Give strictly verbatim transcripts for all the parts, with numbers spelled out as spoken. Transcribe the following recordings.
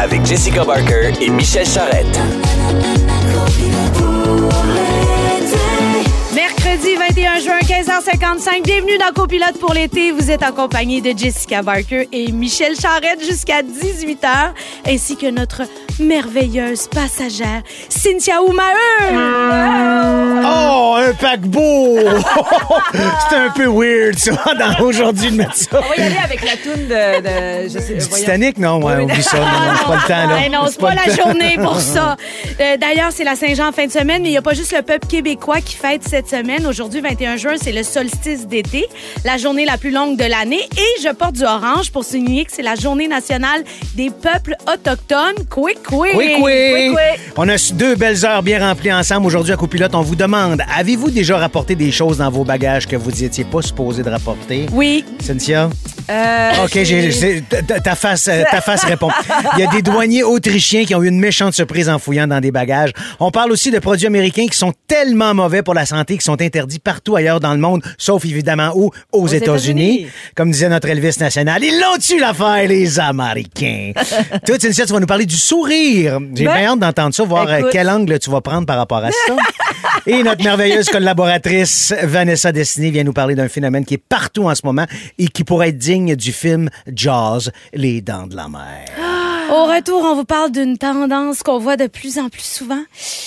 avec Jessica Barker et Michel Charrette. Mercredi vingt et un juin, quinze heures cinquante-cinq. Bienvenue dans Copilote pour l'été. Vous êtes en compagnie de Jessica Barker et Michel Charrette jusqu'à dix-huit heures, ainsi que notre merveilleuse passagère, Cynthia Oumaeu. Oh, un paquebot! C'est un peu weird, ça, dans aujourd'hui de mettre ça. On va y aller avec la toune de... de je sais, Du voyons. Titanic? Non, ouais, oublie ça. Non, non, c'est pas le temps, là. Ben non, c'est pas, pas la journée pour ça. Euh, d'ailleurs, c'est la Saint-Jean en fin de semaine, mais il n'y a pas juste le peuple québécois qui fête cette semaine. Aujourd'hui, vingt et un juin, c'est le solstice d'été, la journée la plus longue de l'année. Et je porte du orange pour souligner que c'est la journée nationale des peuples autochtones. Quick, quick! Oui, oui. On a deux belles heures bien remplies ensemble. Aujourd'hui, à Copilote, on vous demande, avez-vous déjà rapporté des choses dans vos bagages que vous n'étiez pas supposé de rapporter? Oui. Cynthia? Euh, OK, j'ai, j'ai, ta, ta face, ta face répond. Il y a des douaniers autrichiens qui ont eu une méchante surprise en fouillant dans des bagages. On parle aussi de produits américains qui sont tellement mauvais pour la santé, qui sont interdits partout ailleurs dans le monde, sauf évidemment où? Aux, Aux États-Unis. États-Unis. Comme disait notre Elvis national, ils l'ont-tu l'affaire, les Américains? Toi, Cynthia, tu vas nous parler du sourire. J'ai ben, bien hâte d'entendre ça, voir écoute. quel angle tu vas prendre par rapport à ça. Et notre merveilleuse collaboratrice, Vanessa Destiné, vient nous parler d'un phénomène qui est partout en ce moment et qui pourrait être digne du film Jaws, Les Dents de la Mer. Au retour, on vous parle d'une tendance qu'on voit de plus en plus souvent.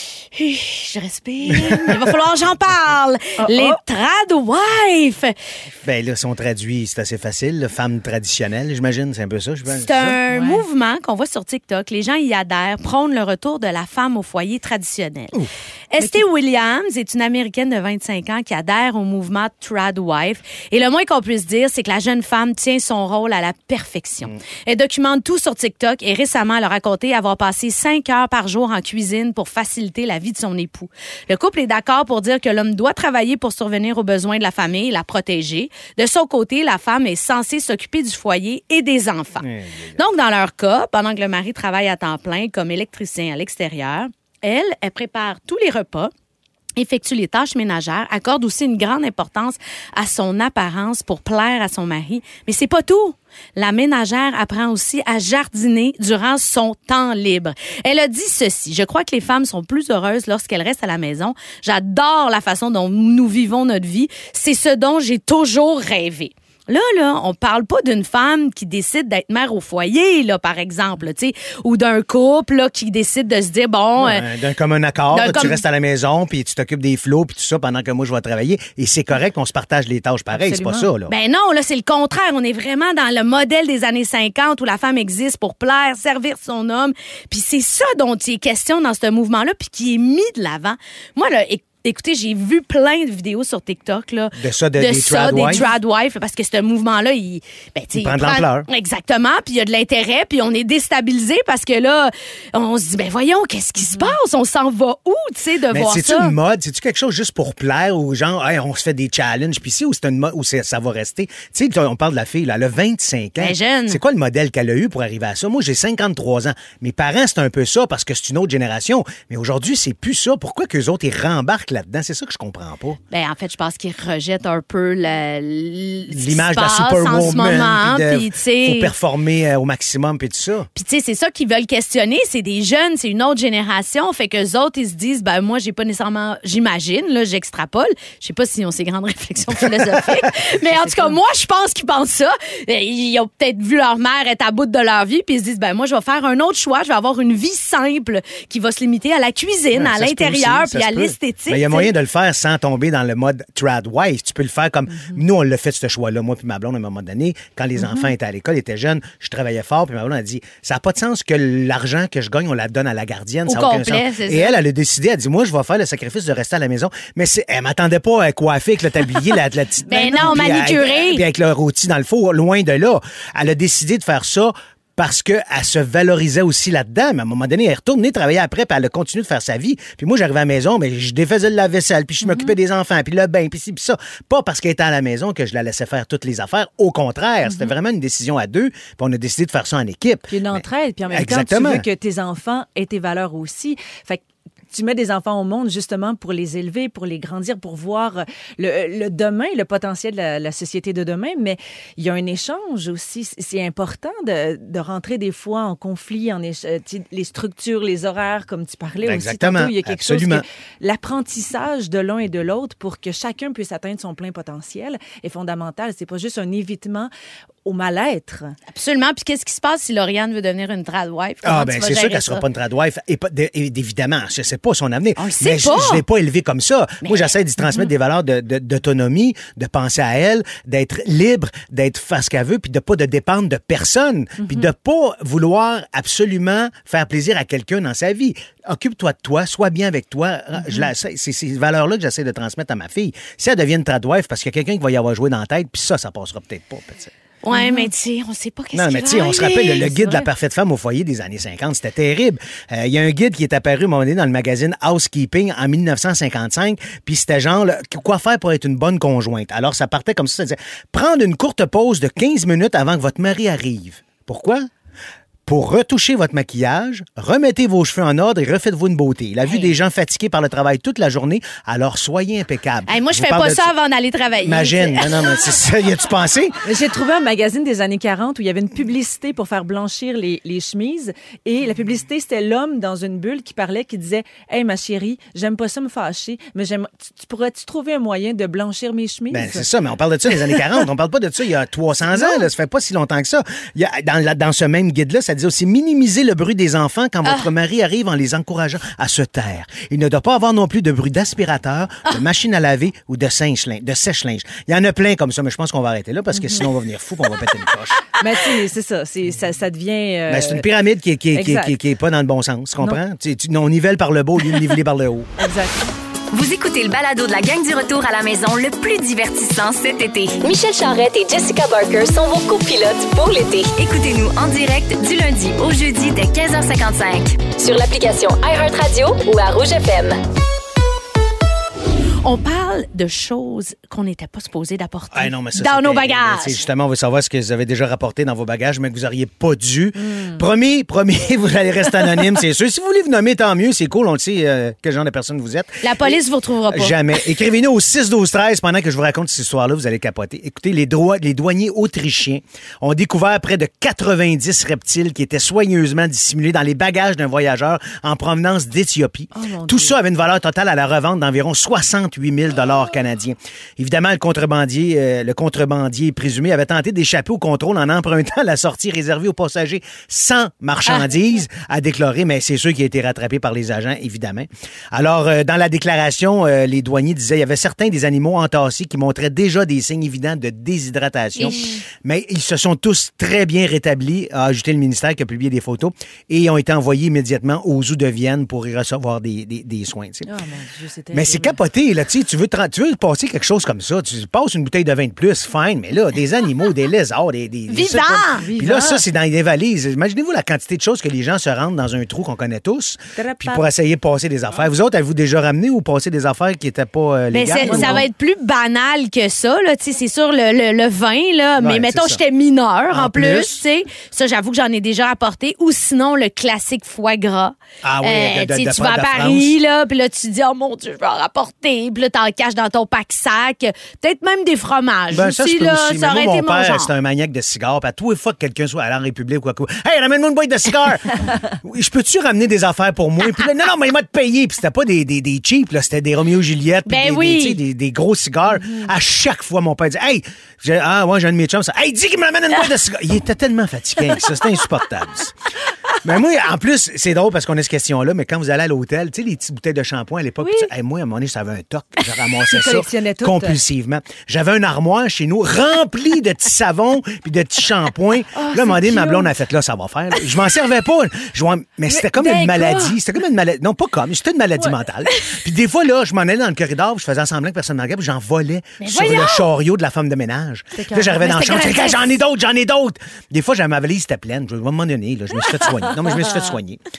Je respire. Il va falloir que j'en parle. Oh, Les oh. tradwives. Ben là, si on traduit, c'est assez facile. Le femme traditionnelle, j'imagine, c'est un peu ça. Je pense, c'est un ouais. mouvement qu'on voit sur TikTok. Les gens y adhèrent, prônent le retour de la femme au foyer traditionnel. Estée Williams est une Américaine de vingt-cinq ans qui adhère au mouvement tradwife. Et le moins qu'on puisse dire, c'est que la jeune femme tient son rôle à la perfection. Mm. Elle documente tout sur TikTok et récemment, elle a raconté avoir passé cinq heures par jour en cuisine pour faciliter la vie de son époux. Le couple est d'accord pour dire que l'homme doit travailler pour survenir aux besoins de la famille et la protéger. De son côté, la femme est censée s'occuper du foyer et des enfants. Mmh. Donc, dans leur cas, pendant que le mari travaille à temps plein comme électricien à l'extérieur, elle, elle prépare tous les repas, effectue les tâches ménagères, accorde aussi une grande importance à son apparence pour plaire à son mari. Mais c'est pas tout. La ménagère apprend aussi à jardiner durant son temps libre. Elle a dit ceci: « Je crois que les femmes sont plus heureuses lorsqu'elles restent à la maison. J'adore la façon dont nous vivons notre vie. C'est ce dont j'ai toujours rêvé. » Là, là, on parle pas d'une femme qui décide d'être mère au foyer, là, par exemple, tu sais, ou d'un couple, là, qui décide de se dire, bon... Ouais, euh, d'un commun accord, là, com... tu restes à la maison, puis tu t'occupes des flots, puis tout ça, pendant que moi, je vais travailler. Et c'est correct qu'on se partage les tâches pareil, c'est pas ça, là. Ben non, là, c'est le contraire. On est vraiment dans le modèle des années cinquante où la femme existe pour plaire, servir son homme. Puis c'est ça dont il est question dans ce mouvement-là, puis qui est mis de l'avant. Moi, là, écoutez, j'ai vu plein de vidéos sur TikTok là, de ça, de, de des ça, tradwives. des tradwives, parce que ce mouvement-là, il, ben, il prend de l'ampleur. Exactement, puis il y a de l'intérêt, puis on est déstabilisé parce que là, on se dit, ben voyons, qu'est-ce qui se passe? On s'en va où, tu sais, de mais voir ça? Mais c'est-tu une mode? C'est-tu quelque chose juste pour plaire ou genre, hey, on se fait des challenges, puis ici, ou c'est une mode où c'est, ça va rester? Tu sais, on parle de la fille, là, elle a vingt-cinq ans. Ben jeune. C'est quoi le modèle qu'elle a eu pour arriver à ça? Moi, j'ai cinquante-trois ans. Mes parents, c'est un peu ça parce que c'est une autre génération. Mais aujourd'hui, c'est plus ça. Pourquoi qu'eux autres, ils rembarquent là-dedans? C'est ça que je comprends. Pas. Ben, en fait, je pense qu'ils rejettent un peu la, l'image de la superwoman. Il faut performer euh, au maximum puis tout ça. Puis tu sais, c'est ça qu'ils veulent questionner. C'est des jeunes, c'est une autre génération. Fait qu'eux autres, ils se disent, ben moi, j'ai pas nécessairement, j'imagine, là, j'extrapole. Je sais pas s'ils ont ces grandes réflexions philosophiques. Mais en tout cas, moi, je pense qu'ils pensent ça. Ils ont peut-être vu leur mère être à bout de leur vie puis ils se disent, ben moi, je vais faire un autre choix. Je vais avoir une vie simple qui va se limiter à la cuisine, ouais, à l'intérieur puis à l'esthétique. Il y a moyen de le faire sans tomber dans le mode tradwife. Tu peux le faire comme... Mm-hmm. Nous, on l'a fait, ce choix-là. Moi puis ma blonde, à un moment donné, quand les mm-hmm. enfants étaient à l'école, étaient jeunes, je travaillais fort, puis ma blonde a dit, ça n'a pas de sens que l'argent que je gagne, on la donne à la gardienne. Au ça n'a aucun complet, sens. c'est Et ça. elle, elle a décidé, elle a dit, moi, je vais faire le sacrifice de rester à la maison. Mais c'est, elle m'attendait pas à coiffer avec le tablier, la, la petite... Ben non, manicurée. Puis avec le rôti dans le four, loin de là. Elle a décidé de faire ça parce qu'elle se valorisait aussi là-dedans. Mais à un moment donné, elle est retournée travailler après, puis elle a continué de faire sa vie. Puis moi, j'arrivais à la maison, mais je défaisais le lave-vaisselle, puis je mm-hmm. m'occupais des enfants, puis le bain, puis ci, puis ça. Pas parce qu'elle était à la maison que je la laissais faire toutes les affaires. Au contraire, mm-hmm. c'était vraiment une décision à deux, puis on a décidé de faire ça en équipe. Puis une entraide, puis en même Exactement. temps, tu veux que tes enfants aient tes valeurs aussi. Fait que tu mets des enfants au monde justement pour les élever, pour les grandir, pour voir le, le demain, le potentiel de la, la société de demain. Mais il y a un échange aussi. C'est important de, de rentrer des fois en conflit, en éche... les structures, les horaires, comme tu parlais Exactement. aussi tantôt. Il y a quelque Absolument. chose que l'apprentissage de l'un et de l'autre pour que chacun puisse atteindre son plein potentiel est fondamental. C'est pas juste un évitement au mal-être. Absolument. Puis qu'est-ce qui se passe si Lauriane veut devenir une trad wife? Ah, ben c'est sûr qu'elle ne sera pas une trad wife. Et pas, de, évidemment, je ne sais pas son avenir. On le sait mais pas. je ne l'ai pas élevée comme ça. Mais... Moi, j'essaie d'y transmettre mm-hmm. des valeurs de, de, d'autonomie, de penser à elle, d'être libre, d'être faire ce qu'elle veut, puis de pas de dépendre de personne, mm-hmm. puis de pas vouloir absolument faire plaisir à quelqu'un dans sa vie. Occupe-toi de toi, sois bien avec toi. Mm-hmm. Je la, c'est, c'est ces valeurs-là que j'essaie de transmettre à ma fille. Si elle devient une trad wife, parce qu'il y a quelqu'un qui va y avoir joué dans la tête, puis ça, ça passera peut-être pas, peut-être. Oui, mm-hmm. mais tu sais, on sait pas qu'est-ce non, qui mais va tu sais, on se rappelle le, le guide c'est de la vrai. parfaite femme au foyer des années cinquante, c'était terrible. Il euh, y a un guide qui est apparu à un moment donné dans le magazine Housekeeping en dix-neuf cent cinquante-cinq, puis c'était genre, là, quoi faire pour être une bonne conjointe? Alors, ça partait comme ça, ça disait, prendre une courte pause de quinze minutes avant que votre mari arrive. Pourquoi? Pour retoucher votre maquillage, remettez vos cheveux en ordre et refaites-vous une beauté. La vue hey. des gens fatigués par le travail toute la journée, alors soyez impeccable. Hey, moi, je vous fais parle pas de ça avant d'aller travailler. Imagine. Non, non, mais c'est ça. Y a-tu pensé? J'ai trouvé un magazine des années quarante où il y avait une publicité pour faire blanchir les, les chemises. Et la publicité, c'était l'homme dans une bulle qui parlait, qui disait « Hey, ma chérie, j'aime pas ça me fâcher, mais j'aime... Tu, tu pourrais-tu trouver un moyen de blanchir mes chemises? » Ben, c'est ça, mais on parle de ça des années quarante. On parle pas de ça il y a trois cents ans. Là. Ça fait pas si longtemps que ça. Il y a, dans, la, dans ce même guide-là, ça dit aussi minimiser le bruit des enfants quand votre ah. mari arrive en les encourageant à se taire. Il ne doit pas avoir non plus de bruit d'aspirateur, ah. de machine à laver ou de sèche-linge. De sèche-linge. Il y en a plein comme ça, mais je pense qu'on va arrêter là parce que sinon on va venir fou et on va péter une coche. Mais tu sais, c'est ça. C'est, ça, ça devient... Euh... Ben, c'est une pyramide qui est, qui, est, qui, est, qui, est, qui est pas dans le bon sens. Tu comprends? Tu, tu, on nivelle par le bas au lieu de niveler par le haut. Exact. Vous écoutez le balado de la gang du retour à la maison le plus divertissant cet été. Michel Charrette et Jessica Barker sont vos copilotes pour l'été. Écoutez-nous en direct du lundi au jeudi dès quinze heures cinquante-cinq. Sur l'application iHeartRadio ou à Rouge F M. On parle de choses qu'on n'était pas supposé d'apporter ah non, mais ça, dans nos terrible. bagages. C'est justement, on veut savoir ce que vous avez déjà rapporté dans vos bagages, mais que vous n'auriez pas dû. Mm. Promis, promis, vous allez rester anonyme, c'est sûr. Si vous voulez vous nommer, tant mieux, c'est cool, on le sait euh, quel genre de personne vous êtes. La police ne vous retrouvera pas. Jamais. Écrivez-nous au six douze treize pendant que je vous raconte cette histoire-là, vous allez capoter. Écoutez, les, droits, les douaniers autrichiens ont découvert près de quatre-vingt-dix reptiles qui étaient soigneusement dissimulés dans les bagages d'un voyageur en provenance d'Éthiopie. Oh, Tout Dieu. Ça avait une valeur totale à la revente d'environ soixante-huit mille dollars canadiens. Évidemment, le contrebandier, euh, le contrebandier présumé avait tenté d'échapper au contrôle en empruntant la sortie réservée aux passagers sans marchandises, ah. a déclaré, mais c'est sûr qu'il a été rattrapé par les agents, évidemment. Alors, euh, dans la déclaration, euh, les douaniers disaient qu'il y avait certains des animaux entassés qui montraient déjà des signes évidents de déshydratation, Ich. mais ils se sont tous très bien rétablis, a ajouté le ministère qui a publié des photos, et ont été envoyés immédiatement au zoo de Vienne pour y recevoir des, des, des soins. Tu sais. Oh, mon Dieu, c'est mais c'est capoté, là, tu sais, tu veux, te, tu veux passer quelque chose comme ça, tu passes une bouteille de vin de plus, fine, mais là, des animaux, des lézards, des... des Vivants! Puis là, ça, c'est dans les valises. Imaginez-vous la quantité de choses que les gens se rendent dans un trou qu'on connaît tous, puis pour essayer de passer des affaires. Vous autres, avez-vous déjà ramené ou passé des affaires qui n'étaient pas euh, légales? Mais ça va être plus banal que ça, là. Tu sais, c'est sûr, le, le, le vin, là, ouais, mais mettons, j'étais mineure en, en plus, plus. tu sais. Ça, j'avoue que j'en ai déjà apporté. Ou sinon, le classique foie gras. Ah oui, euh, de, de, tu de, tu vas à Paris, là, puis là, tu dis, oh mon Dieu, je vais en rapporter. Puis là, t'en caches dans ton pack-sac. Peut-être même des fromages. Ben, ça, aussi, je là, aussi. ça aurait moi, été mon mon père, genre. c'était un maniaque de cigares. Puis à tous les fois que quelqu'un soit allé en République ou quoi que hey, ramène-moi une boîte de cigares. Je peux-tu ramener des affaires pour moi? Puis là, non, non, mais il m'a te payé. Puis c'était pas des, des, des cheap, là. C'était des Romeo Juliette. Ben des, oui. Des, des, des gros cigares. Mm-hmm. À chaque fois, mon père dit, hey, j'ai, ah, ouais, j'ai un de mes chums. Ça, hey, dis qu'il me ramène une boîte de cigares. Il était tellement fatigué. Ça, c'était insupportable. Mais moi, en plus, c'est drôle parce qu'on a cette question-là, mais quand vous allez à l'hôtel, tu sais, les petites bouteilles de shampoing à l'époque, oui. tu, hey, moi, à un moment donné, ça avait un toc. Je ramassais ça tout. compulsivement. J'avais un armoire chez nous rempli de petits savons puis de petits shampoings. Oh, là, à un moment donné, ma blonde a fait là, ça va faire. Là. Je m'en servais pas. Je, mais c'était comme une maladie. C'était comme une maladie. Non, pas comme. C'était une maladie ouais. mentale. Puis des fois, là, je m'en allais dans le corridor, je faisais semblant que personne ne me regardait, puis j'en volais mais sur voyons. Le chariot de la femme de ménage. Puis là, j'arrivais dans le chambre, je disais, j'en ai d'autres, j'en ai d'autres. Des fois, ma valise était pleine. À un moment donné, là, je me suis fait soigner. Non, mais je me suis fait soigner.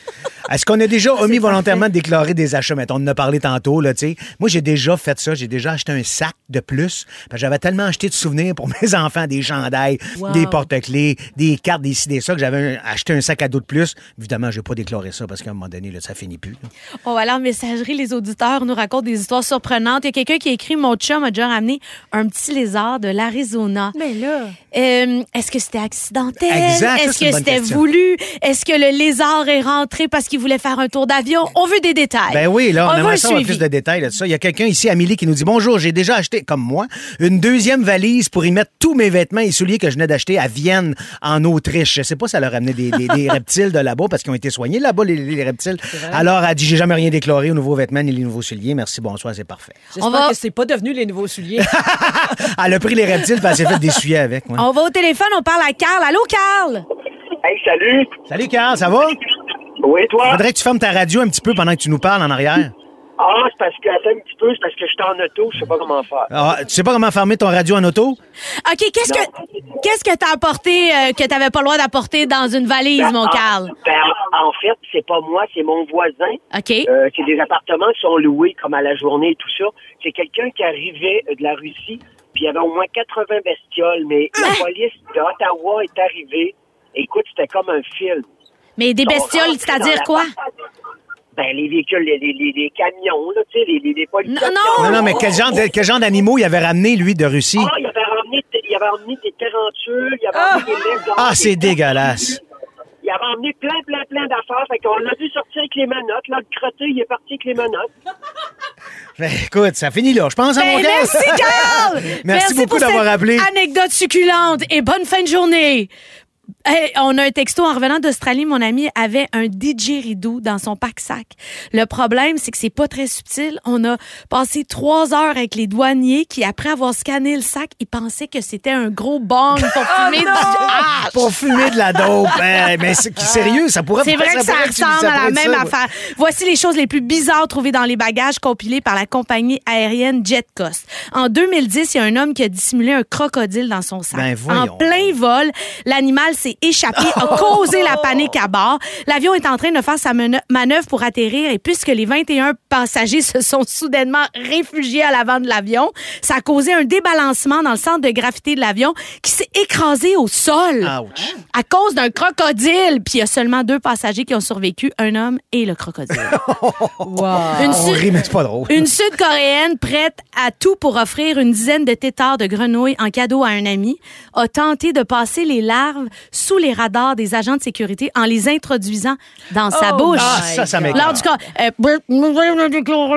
Est-ce qu'on a déjà omis volontairement de déclarer des achats? Mettons, on en a parlé tantôt, là, tu sais. Moi, j'ai déjà fait ça. J'ai déjà acheté un sac de plus. Parce que j'avais tellement acheté de souvenirs pour mes enfants, des chandails, Wow. des porte-clés, des cartes, des ci, des ça, que j'avais un- acheté un sac à dos de plus. Évidemment, je n'ai pas déclaré ça parce qu'à un moment donné, là, ça finit plus. là. On va aller en messagerie. Les auditeurs nous racontent des histoires surprenantes. Il y a quelqu'un qui a écrit « Mon chum a déjà ramené un petit lézard de l'Arizona. » Mais là... Euh, est-ce que c'était accidentel? Exact, ça, Est-ce c'est une que bonne c'était question. voulu? Est-ce que le lézard est rentré parce qu'il voulait faire un tour d'avion? On veut des détails. Ben oui, là, on, on veut aimerait un ça avoir suivi. plus de détails là-dessus. Il y a quelqu'un ici, Amélie, qui nous dit « Bonjour, j'ai déjà acheté, comme moi, une deuxième valise pour y mettre tous mes vêtements et souliers que je venais d'acheter à Vienne, en Autriche. » Je sais pas si ça leur a amené des, des, des reptiles de là-bas parce qu'ils ont été soignés là-bas, les, les reptiles. Alors, elle dit « J'ai jamais rien déclaré aux nouveaux vêtements ni les nouveaux souliers. Merci, bonsoir, c'est parfait. » J'espère On va- que c'est pas devenu les nouveaux souliers. Elle a pris les reptiles et elle s'est fait d'essuyer avec. ouais. On va au téléphone, on parle à Carl. Allô, Carl? Hey, salut! Salut, Carl, ça va? Oui, toi? Faudrait que tu fermes ta radio un petit peu pendant que tu nous parles en arrière. Ah, c'est parce que, attends un petit peu, c'est parce que je suis en auto, je sais pas comment faire. Ah, tu sais pas comment fermer ton radio en auto? OK, qu'est-ce que qu'est-ce que t'as apporté euh, que t'avais pas le droit d'apporter dans une valise, mon en, Carl? Ben, en, en fait, c'est pas moi, c'est mon voisin. OK. Euh, c'est des appartements qui sont loués comme à la journée et tout ça. C'est quelqu'un qui arrivait de la Russie, puis il y avait au moins quatre-vingts bestioles, mais la police d'Ottawa est arrivée. Écoute, c'était comme un film. Mais des Ils sont bestioles, rentrés c'est-à-dire dans quoi? Ben, les véhicules, les, les, les, les camions, là, tu sais, les, les, les policiers. Non, non! Non, non, mais quel genre, de, quel genre d'animaux il avait ramené, lui, de Russie? Ah, il avait ramené, il avait ramené des tarentules, il avait ramené des legs. Ah, c'est dégueulasse. Il avait emmené plein, plein, plein d'affaires. Fait qu'on l'a vu sortir avec les menottes. Là, le crotté, il est parti avec les menottes. Ben, écoute, ça finit là. Je pense à Ben, mon Carl. merci, Carl! Merci beaucoup pour d'avoir cette appelé. Anecdote succulente et bonne fin de journée. Hey, on a un texto en revenant d'Australie. Mon ami avait un didgeridoo dans son pack-sac. Le problème, c'est que c'est pas très subtil. On a passé trois heures avec les douaniers qui, après avoir scanné le sac, ils pensaient que c'était un gros bong pour fumer du hash. Pour fumer de la dope. Ben, mais c'est sérieux, ça pourrait C'est vrai que ça pourrait- ressemble à la pourrait être même ça, affaire. Voici les choses les plus bizarres trouvées dans les bagages compilés par la compagnie aérienne JetCoast. En deux mille dix, il y a un homme qui a dissimulé un crocodile dans son sac. Ben, voyons. En plein vol, l'animal s'est échappé, a causé la panique à bord. L'avion est en train de faire sa mano- manœuvre pour atterrir et puisque les vingt et un passagers se sont soudainement réfugiés à l'avant de l'avion, ça a causé un débalancement dans le centre de gravité de l'avion qui s'est écrasé au sol. Ouch. À cause d'un crocodile. Puis il y a seulement deux passagers qui ont survécu, un homme et le crocodile. Wow. Une, On Sud- rit, mais c'est pas drôle. une Sud-Coréenne prête à tout pour offrir une dizaine de têtards de grenouilles en cadeau à un ami a tenté de passer les larves sous les radars des agents de sécurité en les introduisant dans sa Oh bouche. Ah, ça, ça m'écoeure. Lors du cas, euh,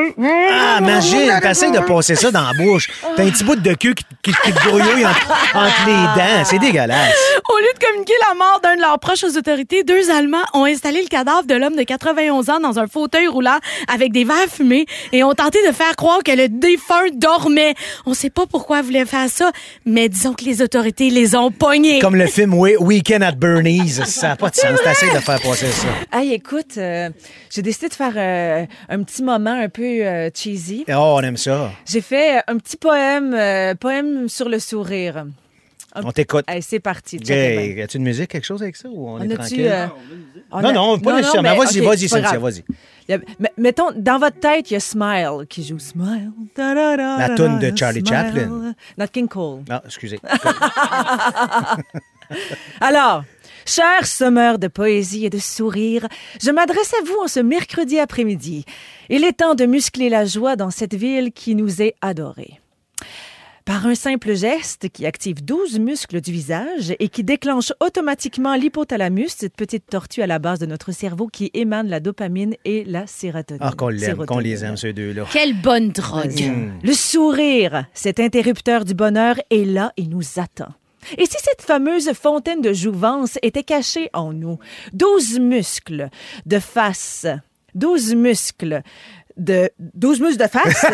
Ah, imagine, t'essayes de passer ça dans la bouche. T'as un petit bout de queue qui, qui, qui te grouille entre, entre les dents. C'est dégueulasse. Au lieu de communiquer la mort d'un de leurs proches aux autorités, deux Allemands ont installé le cadavre de l'homme de quatre-vingt-onze ans dans un fauteuil roulant avec des verres fumés et ont tenté de faire croire que le défunt dormait. On sait pas pourquoi ils voulaient faire ça, mais disons que les autorités les ont pognés. Comme le film We- Weekend at Bernie's. Ça n'a pas de sens. T'essayes de faire passer ça. Hey, écoute, euh, j'ai décidé de faire euh, un petit moment un peu euh, cheesy. Oh, on aime ça. J'ai fait un petit poème, euh, poème sur le sourire. Un- On t'écoute. Hey, c'est parti. check it bien. Hey, as-tu une musique, quelque chose avec ça ou on, On est a-tu, tranquille? euh, on non, a- non, pas nécessairement. mais, Vas-y, ok, vas-y, c'est pas Cynthia, grave. vas-y. Il y a- m- mettons, dans votre tête, il y a Smile qui joue Smile. La toune de Charlie Smile. Chaplin. Nat King Cole. Ah, excusez. Alors, cher semeur de poésie et de sourire, je m'adresse à vous en ce mercredi après-midi. Il est temps de muscler la joie dans cette ville qui nous est adorée. Par un simple geste qui active douze muscles du visage et qui déclenche automatiquement l'hypothalamus, cette petite tortue à la base de notre cerveau qui émane la dopamine et la sérotonine. Ah, qu'on l'aime, qu'on Sérotonine. les aime, ces deux-là. Quelle bonne drogue. Le sourire, cet interrupteur du bonheur, est là et nous attend. Et si cette fameuse fontaine de jouvence était cachée en nous? Douze muscles de face, douze muscles de... douze muscles de face?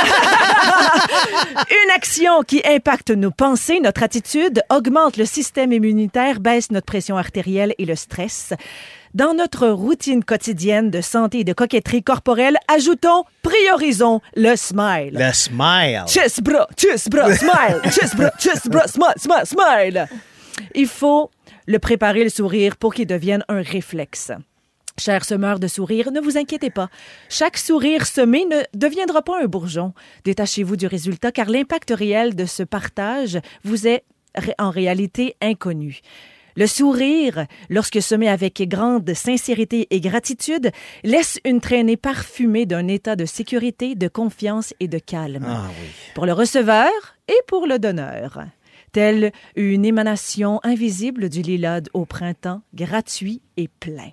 Une action qui impacte nos pensées, notre attitude, augmente le système immunitaire, baisse notre pression artérielle et le stress. Dans notre routine quotidienne de santé et de coquetterie corporelle, ajoutons, priorisons le smile. Le smile. Chest, bras, chest, bras, smile. Chest, bras, chest, bras, smile, smile, smile. Il faut le préparer, le sourire, pour qu'il devienne un réflexe. Chers semeurs de sourires, ne vous inquiétez pas. Chaque sourire semé ne deviendra pas un bourgeon. Détachez-vous du résultat car l'impact réel de ce partage vous est ré- en réalité inconnu. Le sourire, lorsque semé avec grande sincérité et gratitude, laisse une traînée parfumée d'un état de sécurité, de confiance et de calme. Ah oui. Pour le receveur et pour le donneur. Telle une émanation invisible du lilas au printemps, gratuit et plein.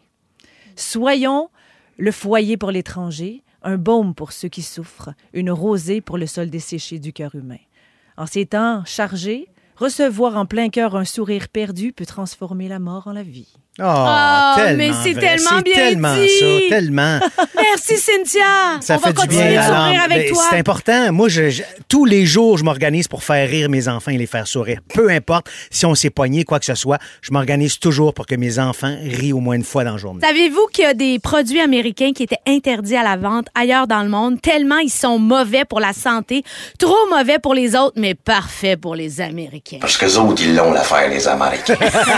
Soyons le foyer pour l'étranger, un baume pour ceux qui souffrent, une rosée pour le sol desséché du cœur humain. En ces temps chargés, recevoir en plein cœur un sourire perdu peut transformer la mort en la vie. Oh, Oh, tellement mais c'est vrai. tellement C'est bien tellement dit. ça, tellement. Merci, Cynthia. Ça On fait va du continuer bien de à l'âme. sourire avec Ben, toi. c'est important. Moi, je, je- tous les jours, je m'organise pour faire rire mes enfants et les faire sourire. Peu importe si on s'est pogné, quoi que ce soit, je m'organise toujours pour que mes enfants rient au moins une fois dans la journée. Saviez-vous qu'il y a des produits américains qui étaient interdits à la vente ailleurs dans le monde, tellement ils sont mauvais pour la santé, trop mauvais pour les autres, mais parfaits pour les Américains? Parce que les autres, ils l'ont l'affaire, les Américains.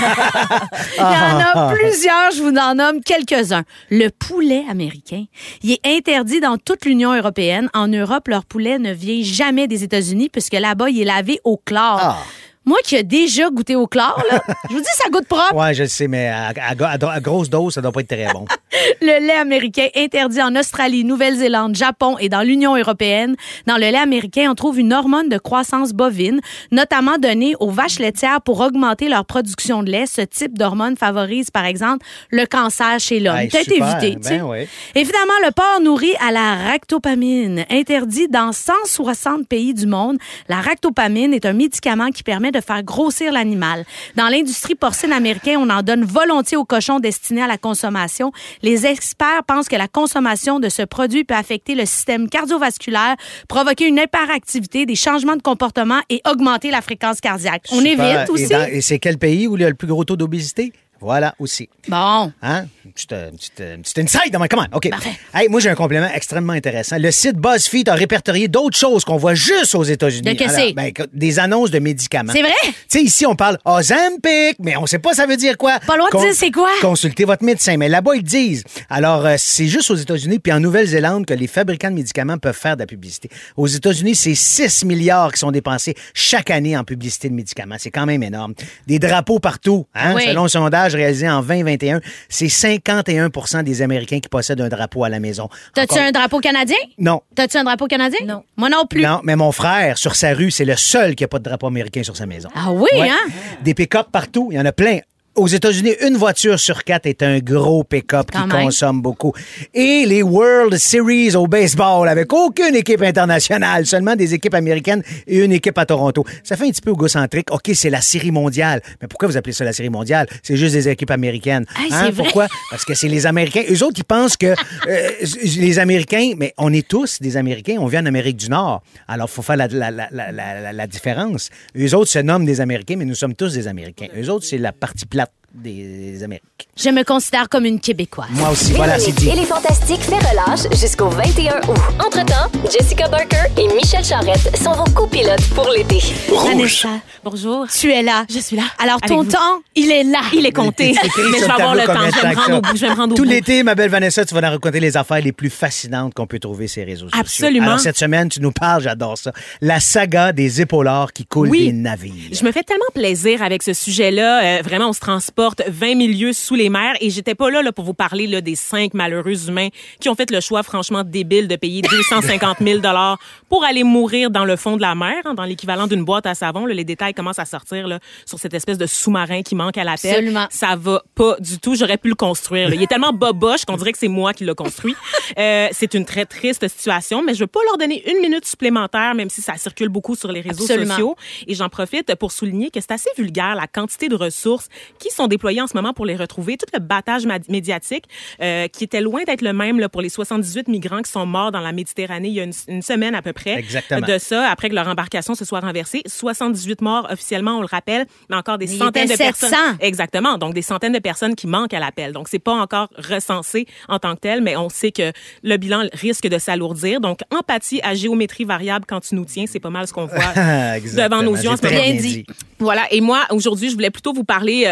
Il y en a plusieurs, je vous en nomme quelques-uns. Le poulet américain, il est interdit dans toute l'Union européenne. En Europe, leur poulet ne vient jamais des États-Unis puisque là-bas, il est lavé au chlore. Ah. Moi qui ai déjà goûté au chlore, là, je vous dis, ça goûte propre. Ouais, je le sais, mais à, à- à- à grosse dose, ça doit pas être très bon. Le lait américain interdit en Australie, Nouvelle-Zélande, Japon et dans l'Union européenne. Dans le lait américain, on trouve une hormone de croissance bovine, notamment donnée aux vaches laitières pour augmenter leur production de lait. Ce type d'hormone favorise, par exemple, le cancer chez l'homme. Hey, Peut-être super. évité, tu sais. Ben oui. Évidemment, le porc nourri à la ractopamine, interdit dans cent soixante pays du monde. La ractopamine est un médicament qui permet de faire grossir l'animal. Dans l'industrie porcine américaine, on en donne volontiers aux cochons destinés à la consommation. Les experts pensent que la consommation de ce produit peut affecter le système cardiovasculaire, provoquer une hyperactivité, des changements de comportement et augmenter la fréquence cardiaque. On Super. évite Et, aussi. dans- et c'est quel pays où il y a le plus gros taux d'obésité? Voilà, aussi. Bon. Hein? Une petite, une petite, une petite insight dans ma commande. OK. Parfait. Hey, moi, j'ai un complément extrêmement intéressant. Le site BuzzFeed a répertorié d'autres choses qu'on voit juste aux États-Unis. De qu'est-ce Alors, c'est? ben, écoute, des annonces de médicaments. C'est vrai? Tu sais, ici, on parle Ozempic, mais on sait pas ça veut dire quoi. Pas le droit de Con- dire c'est quoi. Consultez votre médecin. Mais là-bas, ils disent. Alors, euh, c'est juste aux États-Unis puis en Nouvelle-Zélande que les fabricants de médicaments peuvent faire de la publicité. Aux États-Unis, c'est six milliards qui sont dépensés chaque année en publicité de médicaments. C'est quand même énorme. Des drapeaux partout. Hein? Oui. Selon un sondage réalisé en vingt vingt et un, c'est cinquante et un pour cent des Américains qui possèdent un drapeau à la maison. T'as-tu Encore- un drapeau canadien? Non. T'as-tu un drapeau canadien? Non. Moi non plus. Non, mais mon frère, sur sa rue, c'est le seul qui n'a pas de drapeau américain sur sa maison. Ah oui, Ouais. hein? Des pick-up partout, il y en a plein. Aux États-Unis, une voiture sur quatre est un gros pick-up qui Quand même. consomme beaucoup. Et les World Series au baseball avec aucune équipe internationale, seulement des équipes américaines et une équipe à Toronto. Ça fait un petit peu égocentrique. OK, c'est la série mondiale. Mais pourquoi vous appelez ça la série mondiale? C'est juste des équipes américaines. Hey, c'est vrai. Pourquoi? Parce que c'est les Américains. Eux autres, ils pensent que euh, les Américains, mais on est tous des Américains, on vient en Amérique du Nord. Alors, il faut faire la, la, la, la, la, la différence. Eux autres se nomment des Américains, mais nous sommes tous des Américains. Eux autres, c'est la partie plate des Amériques. Je me considère comme une Québécoise. Moi aussi, voilà, c'est Véronique dit. et les Fantastiques fait relâche jusqu'au vingt et un août. Entre-temps, Jessica Barker et Michel Charrette sont vos copilotes pour l'été. Vanessa, Bonjour. tu es là. Je suis là. Alors, ton Avec vous. temps, il est là. Il est compté. C'est écrit Mais sur je vais avoir le tableau temps. combien Je de vais me temps rendre au que ça? bout. Je vais me rendre au Tout bout. l'été, ma belle Vanessa, tu vas nous raconter les affaires les plus fascinantes qu'on peut trouver sur les réseaux sociaux. Absolument. Alors, cette semaine, tu nous parles, j'adore ça, la saga des épaulards qui coulent Oui. des navires. Je me fais tellement plaisir avec ce sujet-là. Euh, vraiment, on se transporte vingt milieux sous les mers et j'étais pas là, là pour vous parler là, des cinq malheureux humains qui ont fait le choix franchement débile de payer deux cent cinquante mille dollars pour aller mourir dans le fond de la mer, hein, dans l'équivalent d'une boîte à savon. Là, les détails commencent à sortir là, sur cette espèce de sous-marin qui manque à l'appel. Absolument. Ça va pas du tout. J'aurais pu le construire. Là. Il est tellement boboche qu'on dirait que c'est moi qui l'ai construit. Euh, c'est une très triste situation, mais je veux pas leur donner une minute supplémentaire, même si ça circule beaucoup sur les réseaux Absolument. sociaux. Et j'en profite pour souligner que c'est assez vulgaire la quantité de ressources qui sont déployées en ce moment pour les retrouver. Tout le battage ma- médiatique euh, qui était loin d'être le même là, pour les soixante-dix-huit migrants qui sont morts dans la Méditerranée il y a une, une semaine à peu près. Exactement. De ça, après que leur embarcation se soit renversée. soixante-dix-huit morts officiellement, on le rappelle, mais encore des Mais il centaines de était personnes. sept cents. Exactement. Donc, des centaines de personnes qui manquent à l'appel. Donc, c'est pas encore recensé en tant que tel, mais on sait que le bilan risque de s'alourdir. Donc, empathie à géométrie variable quand tu nous tiens, c'est pas mal ce qu'on voit Exactement. devant nos yeux en ce C'est moment. très Bien dit. Voilà. Et moi, aujourd'hui, je voulais plutôt vous parler euh, de quelque chose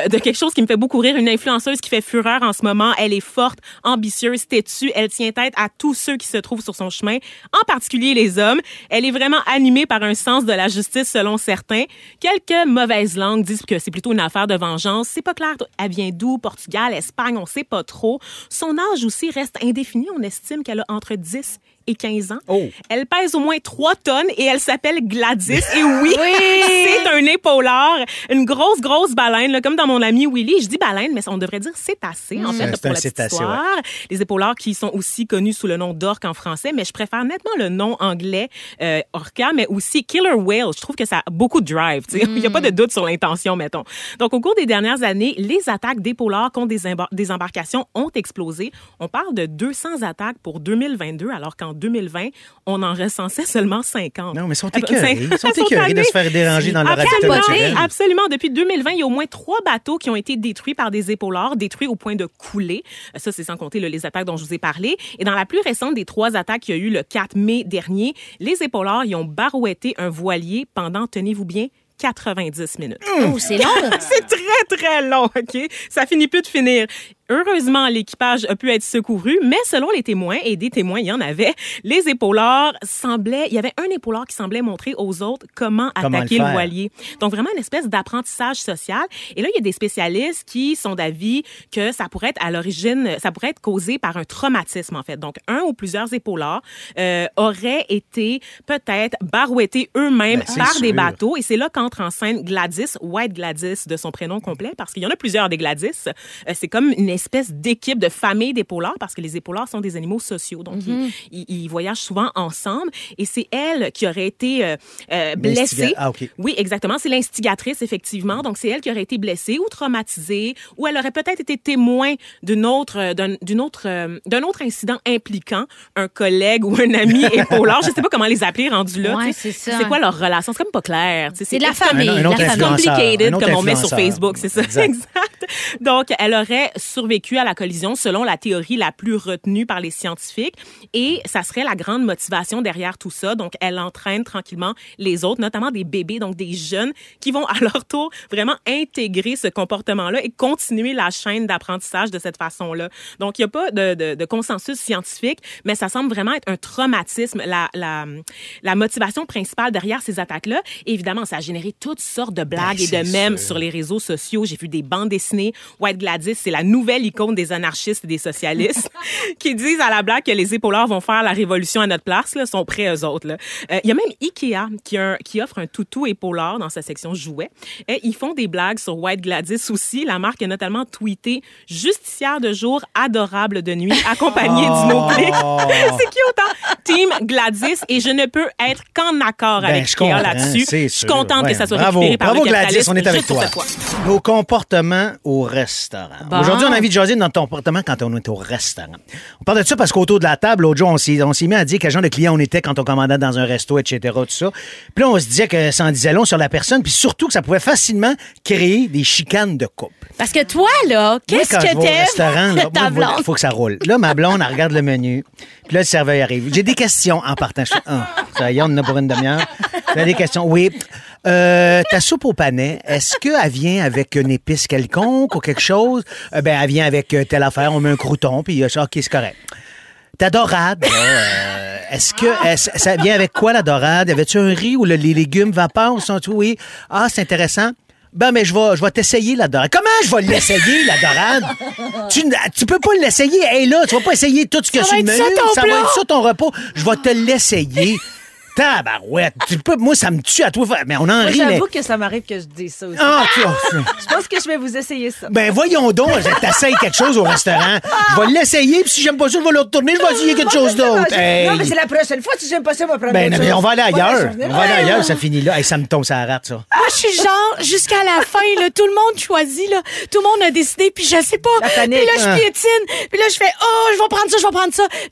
chose qui me fait beaucoup rire, une influenceuse qui fait fureur en ce moment. Elle est forte, ambitieuse, têtue. Elle tient tête à tous ceux qui se trouvent sur son chemin, en particulier les hommes. Elle est vraiment animée par un sens de la justice selon certains. Quelques mauvaises langues disent que c'est plutôt une affaire de vengeance. C'est pas clair. Elle vient d'où? Portugal, Espagne, on sait pas trop. Son âge aussi reste indéfini. On estime qu'elle a entre dix et quinze ans. Oh. Elle pèse au moins trois tonnes et elle s'appelle Gladys. Et oui, oui! C'est un épaulard, une grosse, grosse baleine, là, comme dans mon ami Willy. Je dis baleine, mais on devrait dire cétacé, mmh. en fait, c'est pour un la petite cétacé, histoire. ouais. Les épaulards qui sont aussi connus sous le nom d'orque en français, mais je préfère nettement le nom anglais euh, orca, mais aussi killer whale. Je trouve que ça a beaucoup de drive. Mmh. Il n'y a pas de doute sur l'intention, mettons. Donc, au cours des dernières années, les attaques d'épaulards contre des, embar- des embarcations ont explosé. On parle de deux cents attaques pour deux mille vingt-deux, alors qu'en deux mille vingt, on en recensait seulement cinquante. Non, mais ils sont écœurés. Ils sont écœurés de se faire déranger dans leur habitat naturel. Absolument. Depuis deux mille vingt, il y a au moins trois bateaux qui ont été détruits par des épaulards, détruits au point de couler. Ça, c'est sans compter là, les attaques dont je vous ai parlé. Et dans la plus récente des trois attaques qu'il y a eu le quatre mai dernier, les épaulards y ont barouetté un voilier pendant, tenez-vous bien, quatre-vingt-dix minutes. Oh, c'est long! C'est très, très long, OK? Ça finit plus de finir. Heureusement, l'équipage a pu être secouru, mais selon les témoins, et des témoins, il y en avait, les épaulards semblaient... Il y avait un épaulard qui semblait montrer aux autres comment, comment attaquer le, le voilier. Donc, vraiment une espèce d'apprentissage social. Et là, il y a des spécialistes qui sont d'avis que ça pourrait être à l'origine... Ça pourrait être causé par un traumatisme, en fait. Donc, un ou plusieurs épaulards euh, auraient été peut-être barouettés eux-mêmes ben, par sûr. des bateaux. Et c'est là qu'entre en scène Gladys, White Gladys de son prénom complet, parce qu'il y en a plusieurs des Gladys. Euh, c'est comme une espèce d'équipe de famille d'épaulards, parce que les épaulards sont des animaux sociaux, donc mm-hmm. ils, ils, ils voyagent souvent ensemble, et c'est elle qui aurait été euh, euh, blessée. Ah, okay. Oui, exactement, c'est l'instigatrice, effectivement, donc c'est elle qui aurait été blessée ou traumatisée, ou elle aurait peut-être été témoin d'une autre, d'un, d'une autre, euh, d'un autre incident impliquant un collègue ou un ami épaulard. Je sais pas comment les appeler rendus là. Ouais, c'est ça. C'est quoi leur relation? C'est comme pas clair. C'est, c'est de la famille. Un, un la complicated, comme on met sur influenceur. Facebook, c'est ça. Exact. exact. Donc, elle aurait survécu à la collision selon la théorie la plus retenue par les scientifiques, et ça serait la grande motivation derrière tout ça. Donc, elle entraîne tranquillement les autres, notamment des bébés, donc des jeunes, qui vont à leur tour vraiment intégrer ce comportement-là et continuer la chaîne d'apprentissage de cette façon-là. Donc, il n'y a pas de, de, de consensus scientifique, mais ça semble vraiment être un traumatisme, la, la, la motivation principale derrière ces attaques-là. Et évidemment, ça a généré toutes sortes de blagues ben, et de mèmes sur les réseaux sociaux. J'ai vu des bandes dessinées. White Gladys, c'est la nouvelle icône des anarchistes et des socialistes qui disent à la blague que les épaulards vont faire la révolution à notre place, là, sont prêts eux autres. Il euh, y a même Ikea qui, a un, qui offre un toutou épaulard dans sa section jouets. Et ils font des blagues sur White Gladys aussi. La marque a notamment tweeté « Justicière de jour, adorable de nuit, accompagnée oh. d'une oblique. » C'est cute, hein? Team Gladys, et je ne peux être qu'en accord ben, avec Ikea là-dessus. Je suis contente ouais. que ça soit Bravo. récupéré par Bravo le Gladys, capitalisme. on est avec toi. Nos comportements au restaurant. Bon. Aujourd'hui, on a envie de jaser de notre comportement quand on est au restaurant. On parle de ça parce qu'autour de la table, l'autre jour, on s'est, on s'est mis à dire quel genre de client on était quand on commandait dans un resto, et cetera, tout ça. Puis là, on se disait que ça en disait long sur la personne, puis surtout que ça pouvait facilement créer des chicanes de couple. Parce que toi, là, qu'est-ce moi, que t'aimes? Au restaurant, là, ta blonde? Il faut que ça roule. Là, ma blonde, elle regarde le menu, puis là, le serveur arrive. J'ai des questions en partant. Je fais, oh, ça y est, on en a pour une demi-heure. J'ai des questions. Oui. Euh, ta soupe au panais, est-ce qu'elle vient avec une épice quelconque ou quelque chose? Euh, ben, elle vient avec euh, telle affaire, on met un crouton, puis euh, ça, OK, c'est correct. Ta dorade, là, euh, est-ce que est-ce, ça vient avec quoi, la dorade? Avais-tu un riz ou le, les légumes vapeur? Sont, oui. Ah, c'est intéressant. Ben, mais je vais, je vais t'essayer la dorade. Comment je vais l'essayer, la dorade? Tu, tu peux pas l'essayer. Hé, hey, là, tu vas pas essayer tout ce qu'il y a sur le menu. Ça, ça va être ça, ton repas. Je vais te l'essayer. Tabarouette. Tu peux, moi, ça me tue à toi. Mais on en moi, rit. J'avoue mais... que ça m'arrive que je dise ça aussi. Ah, tu vois. Je pense que je vais vous essayer ça. Ben, voyons donc. Je t'essaye quelque chose au restaurant. Je vais l'essayer, puis si j'aime pas ça, je vais le retourner. Je vais essayer quelque chose d'autre. Hey. Non, mais c'est la prochaine fois. Si j'aime pas ça, on va prendre ben, autre non, mais on va aller ailleurs. Ouais, on va aller ailleurs, ça finit là. Hey, ça me tombe, ça rate, ça. Moi, je suis genre, jusqu'à la fin, là, tout le monde choisit, là. Tout le monde a décidé, puis je sais pas. La panique. Puis là, je Ah. piétine. Puis là, je fais, oh, je vais prendre ça, je vais prendre ça. Puis là,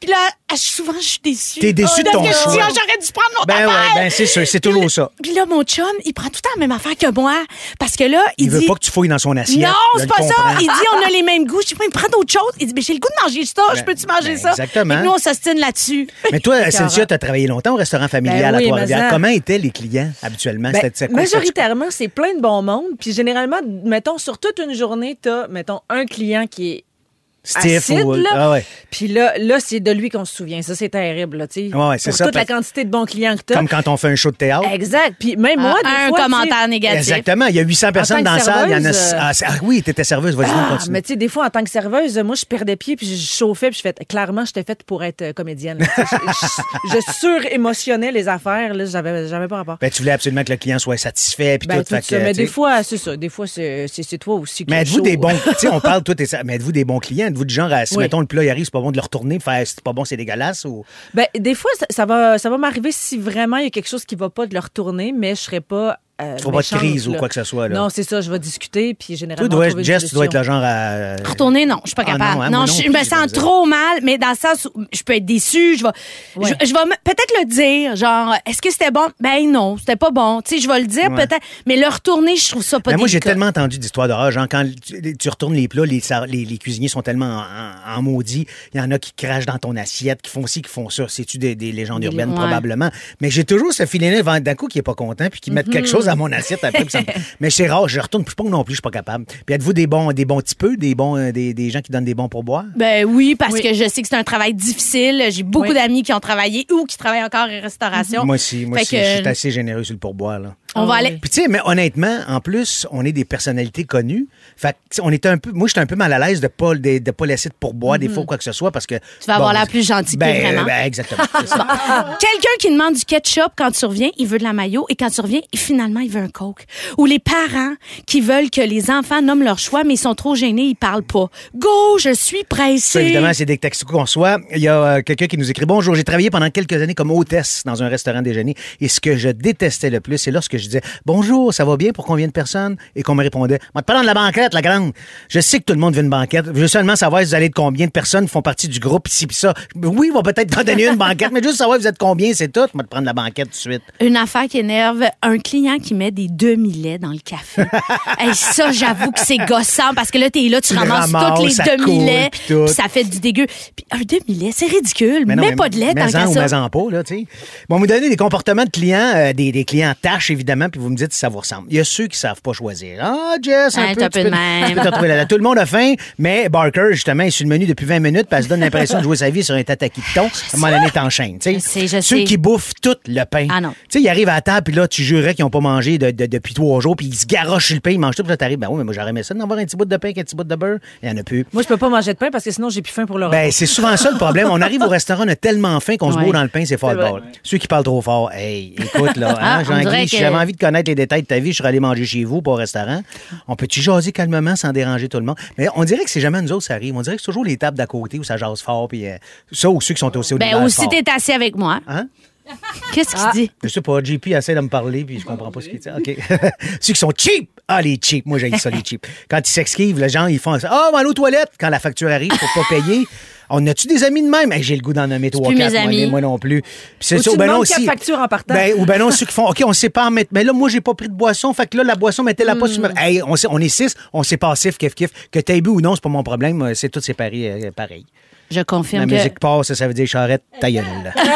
Ah, souvent, je suis déçue. T'es déçue de ton que je choix. dis, ah, j'aurais dû prendre l'autre Ben affaire. ouais, ben c'est sûr, c'est toujours ça. Puis là, mon chum, il prend tout le temps la même affaire que moi. Parce que là, il, Il dit... veut pas que tu fouilles dans son assiette. Non, Je c'est le pas ça. comprends. Il dit, on a les mêmes goûts. Je dis, il prend d'autres choses. Il dit, mais j'ai le goût de manger ça. Je peux-tu manger ben, ça? exactement. Et nous, on s'ostine là-dessus. Mais toi, Cynthia, tu as travaillé longtemps au restaurant familial Ben oui, à Trois-Rivières. mais ça- Comment étaient les clients habituellement? Ben, C'était quoi, majoritairement, c'est plein de bon monde. Puis généralement, mettons, sur toute une journée, t'as, mettons, un client qui est Stiff acide, ou... là. Ah ouais. Puis là, là c'est de lui qu'on se souvient. Ça, c'est terrible, là, tu sais. Ouais, ouais, c'est Pour ça, toute la parce- quantité de bons clients que t'as. Comme quand on fait un show de théâtre. Exact. Puis même moi, des un fois, tu sais, commentaire négatif. Exactement. Il y a huit cents personnes tant dans que la salle. Il y en a... serveuse, Ah, c'est- ah oui, t'étais serveuse. Vas-y, Ah, on continue. mais tu sais, des fois, en tant que serveuse, moi, je perdais pied, puis je chauffais, puis je fais, clairement, j'étais faite pour être euh, comédienne. là. Tu sais, je, je, je surémotionnais les affaires, là, j'avais, j'avais pas rapport. Ben, tu voulais absolument que le client soit satisfait puis Ben, tout. tout fait ça. que, Mais tu sais. des fois, c'est ça. Des fois, c'est, c'est, c'est toi aussi qui Mais es êtes-vous chaud. des bons... tu sais, on parle, toi, t'es- mais êtes-vous des bons clients? Êtes-vous du genre à, si, Oui. mettons, le plat, il arrive, c'est pas bon de le retourner, faire, c'est pas bon, c'est dégueulasse ou... Ben, des fois, ça, ça va, ça va m'arriver si vraiment il y a quelque chose qui va pas de le retourner, mais je serais pas. Euh, Tu feras pas de méchante, crise ou là. quoi que ce soit, là. Non, c'est ça. Je vais discuter, puis Toi, généralement. dois- trouver une Jess, tu dois être solution. le genre à... Retourner, non, je suis pas Ah, capable. non, hein, non, moi je, non je plus, me je sens veux dire. trop mal, mais dans le sens où je peux être déçue, je vais, Ouais. je, je vais me- peut-être le dire, genre, est-ce que c'était bon? Ben non, c'était pas bon. Tu sais, je vais le dire Ouais. peut-être, mais le retourner, je trouve ça pas Mais moi, j'ai délicat. tellement entendu d'histoires d'horreur. Genre, quand tu, tu retournes les plats, les, sar- les, les cuisiniers sont tellement en, en, en maudit. Il y en a qui crachent dans ton assiette, qui font ci, qui font ça. C'est-tu des, des légendes Des- urbaines, ouais. probablement. Mais j'ai toujours ce feeling-là d'un coup qui est pas content puis qui met quelque chose à mon assiette après. puis ça me- Mais c'est rare. Je retourne, puis je pense non plus, je suis pas capable. Puis êtes-vous des bons, des bons petits peu, des bons, euh, des, des gens qui donnent des bons pourboires? Ben oui, parce Oui. que je sais que c'est un travail difficile. J'ai beaucoup Oui. d'amis qui ont travaillé ou qui travaillent encore en restauration. Moi aussi, moi Fait aussi, que, je suis assez généreux sur le pourboire, là. On va aller. Puis tu sais, mais honnêtement, en plus, on est des personnalités connues. Fait que, tu sais, on était un peu, moi, j'étais un peu mal à l'aise de pas de, de pas laisser de pourboire des fois ou quoi que ce soit parce que Tu vas avoir l'air plus gentil que ben, vraiment. ben, exactement. c'est ça. Quelqu'un qui demande du ketchup quand tu reviens, il veut de la mayo et quand tu reviens, finalement, il veut un Coke. Ou les parents qui veulent que les enfants nomment leur choix, mais ils sont trop gênés, ils parlent pas. Go, je suis pressée. Ça, évidemment, c'est des textos qu'on reçoit. Il y a euh, quelqu'un qui nous écrit « Bonjour, j'ai travaillé pendant quelques années comme hôtesse dans un restaurant déjeuner et ce que je détestais le plus, c'est lorsque je disais « Bonjour, ça va bien pour combien de personnes? » et qu'on me répondait « Moi, te parlant de la banquette, la grande. Je sais que tout le monde veut une banquette. Je veux seulement savoir si vous allez de combien de personnes font partie du groupe, ici pis ça. Oui, on va peut-être t'en donner une banquette, mais juste savoir vous êtes combien, c'est tout. Moi, te prendre la banquette tout de suite. » Une affaire qui énerve, un client qui met des demi-laits dans le café. Hey, ça, j'avoue que c'est gossant parce que là, t'es là, tu, Tu le ramasses ramasses, tous les ça demi-laits, coule, puis tout. puis ça fait du dégueu. Puis un demi-lait, c'est ridicule. Mais non, Mets mais pas de lait dans mets-en le ou ça. mets-en pas, là, tu sais. Bon, vous donnez des comportements de clients, euh, des, des clients tâches, évidemment, puis vous me dites si ça vous ressemble. Il y a ceux qui savent pas choisir. Ah, Jess, un Ah, peu, t'as un tu peu peux- de même. tu peux te retrouver là-dedans. Tout le monde a faim, mais Barker, justement, est sur le menu depuis vingt minutes, puis elle se donne l'impression de jouer sa vie sur un tataki de thon. À un moment donné, t'enchaînes, tu Je sais, je sais. Ceux sais. qui bouffent tout le pain. Ah non. Tu sais, ils arrivent à la table, puis là, tu jurerais qu'ils n'ont pas mangé de- de- depuis trois jours, puis ils se garochent sur le pain, ils mangent tout, puis là, t'arrives, ben oui, mais moi, j'aurais aimé ça d'avoir un petit bout de pain avec un petit bout de beurre. Il y en a plus. Moi, je peux pas manger de pain parce que sinon, j'ai plus faim pour le repas. Ben, c'est souvent ça le problème. On arrive au restaurant, on a tellement faim qu'on se Ouais. bourre dans le pain, c'est fort C'est de vrai. bord. Ceux qui parlent trop fort, hey, écoute, là, Ah, hein, on dirait Jean-Guy, si que- j'avais envie de connaître les détails de ta vie, je serais allé manger chez vous, pas au restaurant. On peut-tu jaser calmement sans déranger tout le monde? Mais on dirait que c'est jamais nous autres, ça arrive. On dirait que c'est toujours les tables d'à côté où ça jase fort, puis euh, ça, ou ceux qui sont aussi au Ben, niveau ou si t'es assis avec moi. Hein? Qu'est-ce qu'il Ah. dit? Je sais pas, J P essaie de me parler, puis je comprends pas ce qu'il dit. OK. Ceux qui sont cheap. Ah, les cheap. Moi, j'ai ça, les cheap. Quand ils s'esquivent, les gens, ils font ça. Ah, oh, aller aux toilettes. Quand la facture arrive, faut pas payer. On a-tu des amis de même? Hey, j'ai le goût d'en nommer trois, plus quatre. mes Moi, amis. moi non plus. Puis c'est Ou ça. tu Ben non, demandes quatre aussi. factures en partant. Ben, ou ben non, ceux qui font, OK, on sait pas en mettre. Mais là, moi, j'ai pas pris de boisson. Fait que là, la boisson, mettez-la pas sur ma. Hey, on, sait- on est six, on sait passif, kiff, kiff. Que t'aies bu ou non, c'est pas mon problème. C'est tout séparé, euh, pareil. Je La confirme que... musique passe, ça veut dire charrette, ta gueule.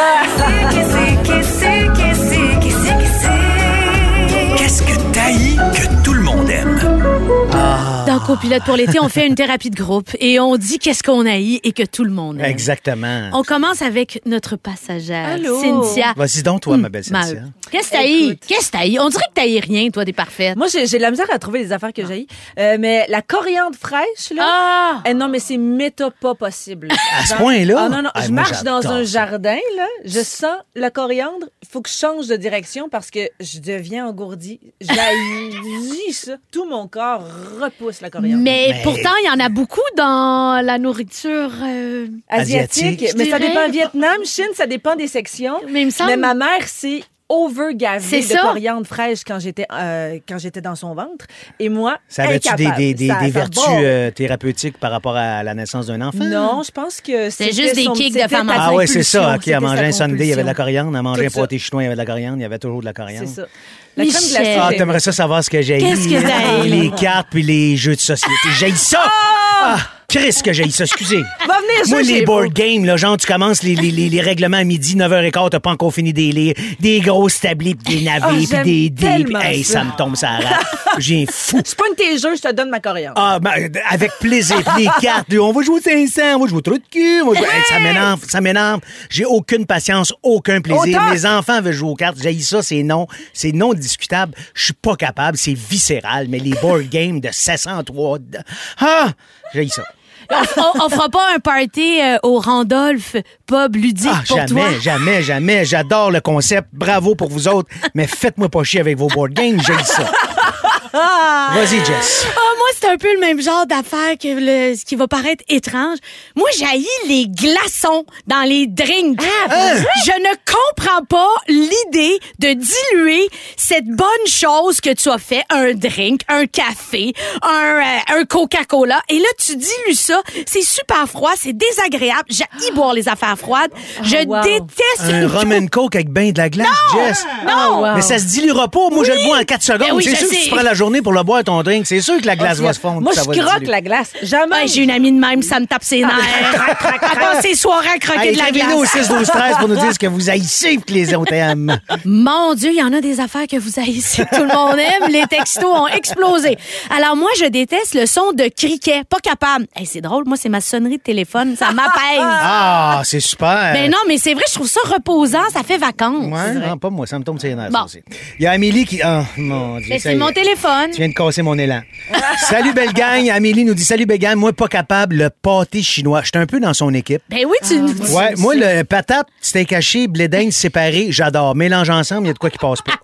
Qu'est-ce que t'haïs que tout le monde aime? Dans Copilote pour l'été, on fait une thérapie de groupe et on dit qu'est-ce qu'on haït et que tout le monde aime. Exactement. On commence avec notre passagère, Allô? Cynthia. Vas-y donc, toi, ma belle Ma- Cynthia. Qu'est-ce que t'haïs? Écoute. Qu'est-ce que t'haïs? On dirait que t'haïs rien, toi, t'es parfaite. Moi, j'ai j'ai de la misère à trouver des affaires que j'ai. Euh, mais la coriandre fraîche, là. Ah! Eh non, mais c'est méta pas possible. À ce Genre- point-là? Ah non, non. Ah, je moi, marche dans j'adore un ça. jardin, là. Je sens la coriandre. Il faut que je change de direction parce que je deviens engourdie. J'haïs ça. Tout mon corps repousse la coriandre. Mais, Mais- pourtant, il y en a beaucoup dans la nourriture. euh, Asiatique. Asiatique. Mais ça Je dirais. dépend Vietnam, Chine, ça dépend des sections. Mais il me semble- Mais ma mère, c'est overgavé C'est de ça. coriandre fraîche quand j'étais euh, quand j'étais dans son ventre. Et moi, Ça avait-tu des, incapable. des, des, Ça- des ça vertus bombe. euh, thérapeutiques par rapport à la naissance d'un enfant? Non, je pense que C'est c'était juste des son- kicks de c'était femme sa Ah ouais, c'est ça. compulsion, OK, elle c'était mangeait sa un sundae, il y avait de la compulsion. coriandre. Elle mangeait Tout un ça. pâté chinois, il y avait de la coriandre. Il y avait toujours de la coriandre. C'est ça. La crème Michel. glacée. Ah, j'ai- t'aimerais ça savoir ce que j'ai. Qu'est-ce que t'as Les aimé? cartes puis les jeux de société. J'ai ça! Ah! Chris, que j'ai ça, excusez. Va venir Moi, chercher les vous. board games, là, genre, tu commences les, les, les, les règlements à midi, neuf heures quinze, t'as pas encore fini des lire, des grosses tablées, pis des navets, Ah, puis j'aime des dés, pis tellement hey, ça. ça me tombe ça rate. J'ai un fou. C'est pas une de tes jeux, je te donne ma coriandre. Ah, ben, avec plaisir. Puis les cartes, on va jouer au cinq cents, on va jouer au trou de cul. on va jouer- Hey, ça m'énerve, ça m'énerve. J'ai aucune patience, aucun plaisir. Autant. Mes enfants veulent jouer aux cartes. J'ai ça, c'est non. C'est non discutable. Je suis pas capable, c'est viscéral. Mais les board games de sept cent trois... Ah! J'ai ça. on, on fera pas un party euh, au Randolph pub ludique Ah, pour jamais, toi. jamais, jamais. J'adore le concept. Bravo pour vous autres. Mais faites-moi pas chier avec vos board games. J'ai ça. Vas-y, Jess. Ah, moi, c'est un peu le même genre d'affaire que le, ce qui va paraître étrange. Moi, j'haïs les glaçons dans les drinks. Hein? Je ne comprends pas l'idée de diluer cette bonne chose que tu as fait, un drink, un café, un, euh, un Coca-Cola, et là, tu dilues ça. C'est super froid, c'est désagréable. J'haïs boire les affaires froides. Je wow. déteste Un rum and coke avec ben de la glace, Jess. Non! wow. Mais ça se diluera pas. Moi, je le bois en quatre secondes. Ben oui, c'est je sûr que sais. tu prends la journée pour le boire, ton drink. C'est sûr que la glace va se fondre. Moi, ça je va se croque diluer. la glace. Jamais. Ouais, j'ai une amie de même, ça me tape ses nerfs. À part ces soirées à croquer Hey, de la écrivez-nous au glace. six douze treize pour nous dire ce que vous haïssez et que les autres aiment. Mon Dieu, il y en a des affaires que vous haïssez, que tout le monde aime. Les textos ont explosé. Alors moi, je déteste le son de criquet. Pas capable. Hey, c'est drôle, moi, c'est ma sonnerie de téléphone. Ça m'apaise. Ah, c'est super. Ben non, mais c'est vrai, je trouve ça reposant. Ça fait vacances. Ouais, non, pas moi, ça me tombe sur les nerfs, Bon. ça aussi. Il y a Amélie qui... Oh, mon Dieu. Mais ça c'est y mon est. téléphone. Tu viens de casser mon élan. Salut, belle gang. Amélie nous dit, salut, belle gang. Moi, pas capable, le pâté chinois. J'étais un peu dans son équipe. Ben oui, tu nous dis. Ouais, moi, le patate, steak haché, blé d'Inde séparé, j'adore. Mélange ensemble, il y a de quoi qui passe pas.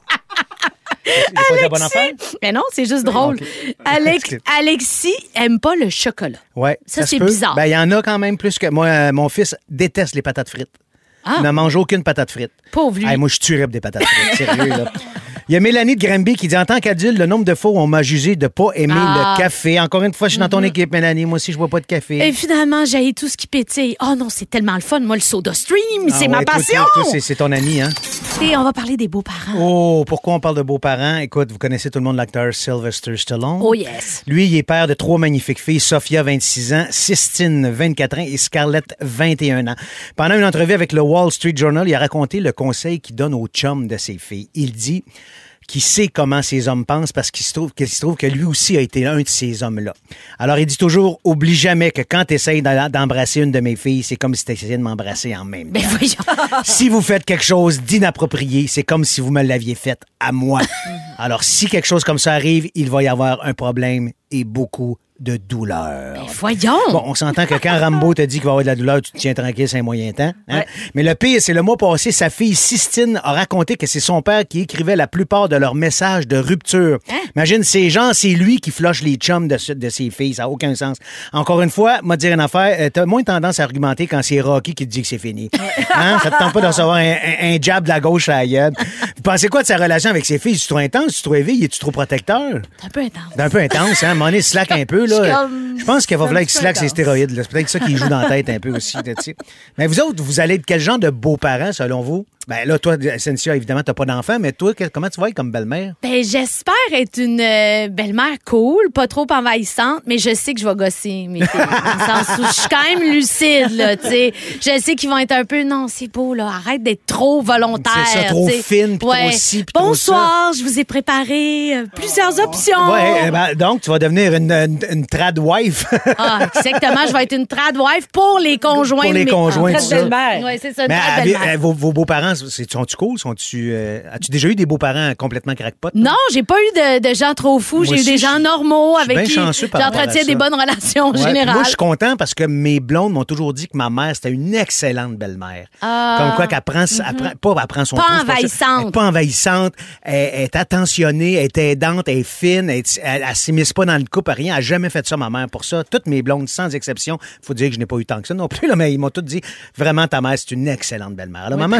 C'est pas de la bonne affaire? Mais non, c'est juste drôle. Alex, Alexis aime pas le chocolat. Ouais. Ça, se c'est peut. bizarre. Ben, il y en a quand même plus que. Moi, euh, mon fils déteste les patates frites. Ah. Il ne mange aucune patate frite. Pauvre lui. Hey, moi, je tuerais pour des patates frites. Sérieux, là. Il y a Mélanie de Granby qui dit, en tant qu'adulte, le nombre de fois où on m'a jugé de pas aimer Ah. le café. Encore une fois, je suis dans ton équipe, Mélanie. Moi aussi, je bois pas de café. Et finalement, j'ai tout ce qui pétille. Oh non, c'est tellement le fun. Moi, le soda stream, Ah c'est ma ouais, toi, passion. toi, toi, c'est- c'est ton ami, hein? Et on va parler des beaux-parents. Oh, pourquoi on parle de beaux-parents? Écoute, vous connaissez tout le monde l'acteur Sylvester Stallone. Oh yes. Lui, il est père de trois magnifiques filles, Sophia, vingt-six ans, Sistine, vingt-quatre ans et Scarlett, vingt et un ans. Pendant une entrevue avec le Wall Street Journal, il a raconté le conseil qu'il donne aux chums de ses filles. Il dit qu'il sait comment ces hommes pensent parce qu'il se trouve, qu'il se trouve que lui aussi a été un de ces hommes-là. Alors, il dit toujours, oublie jamais que quand tu essayes d'embrasser une de mes filles, c'est comme si tu essayais de m'embrasser en même temps. Ben voyons. Si vous faites quelque chose d'inapproprié, c'est comme si vous me l'aviez fait à moi. Alors, si quelque chose comme ça arrive, il va y avoir un problème et beaucoup de douleur. Ben voyons. Bon, on s'entend que quand Rambo te dit qu'il va y avoir de la douleur, tu te tiens tranquille, c'est un moyen temps. Hein? Ouais. Mais le pire, c'est le mois passé, sa fille Sistine a raconté que c'est son père qui écrivait la plupart de leurs messages de rupture. Hein? Imagine, ces gens, c'est lui qui floche les chums de, ce- de ses filles. Ça n'a aucun sens. Encore une fois, moi, dire une affaire, euh, t'as moins tendance à argumenter quand c'est Rocky qui te dit que c'est fini. Hein? Ça te tente pas de recevoir un, un- un jab de la gauche à la gueule. Vous pensez quoi de sa relation avec ses filles? Es-tu trop intense? Es-tu trop éveillé? Es-tu trop protecteur? C'est un peu intense. C'est un peu intense, hein? À un moment donné, slack un peu, Je suis là. comme- Je pense qu'il va C'est un falloir petit qu'il peu slack ses intense. stéroïdes, là. C'est peut-être ça qui joue dans la tête un peu aussi, là, tu sais. Mais vous autres, vous allez être quel genre de beaux-parents, selon vous? Ben là, toi, Cynthia, évidemment, t'as pas d'enfant, mais toi, que- comment tu vas être comme belle-mère? Ben, j'espère être une euh, belle-mère cool, pas trop envahissante, mais je sais que je vais gosser mes filles. Dans le sens où je suis quand même lucide, là, tu sais. Je sais qu'ils vont être un peu, non, c'est beau, là, arrête d'être trop volontaire. C'est ça, trop tu sais. fine, puis trop ci, puis trop Bonsoir, je vous ai préparé euh, plusieurs options. Ouais, eh ben, donc, tu vas devenir une, une, une trad wife. Ah, exactement, je vais être une trad wife pour les conjoints. Pour les de mes- conjoints, en tout fait, ça. belle-mère. Ouais, c'est ça, une Mais trad avez- belle-mère. euh, vos, vos beaux-parents, c'est- sont-tu cool? Sont-tu, euh, as-tu déjà eu des beaux-parents complètement crackpot? Non, j'ai pas eu de, de gens trop fous. Moi J'ai eu aussi, des je- gens normaux je suis avec bien qui chanceux par rapport à j'entretiens ça. des bonnes relations en Ouais, puis général. moi, je suis content parce que mes blondes m'ont toujours dit que ma mère, c'était une excellente belle-mère. Ah. Comme quoi qu'elle prend, elle prend- pas elle prend son Pas trou, c'est ça. envahissante. Elle est pas envahissante. Elle, elle est attentionnée, elle est aidante, elle est fine, elle, elle, elle s'immisce pas dans le couple, rien. Elle n'a jamais fait ça, ma mère. Pour ça, toutes mes blondes, sans exception, faut dire que je n'ai pas eu tant que ça non plus, là, mais ils m'ont tous dit, vraiment, ta mère, c'est une excellente belle-mère. Alors, Oui, maman, très si t'es à chanceuse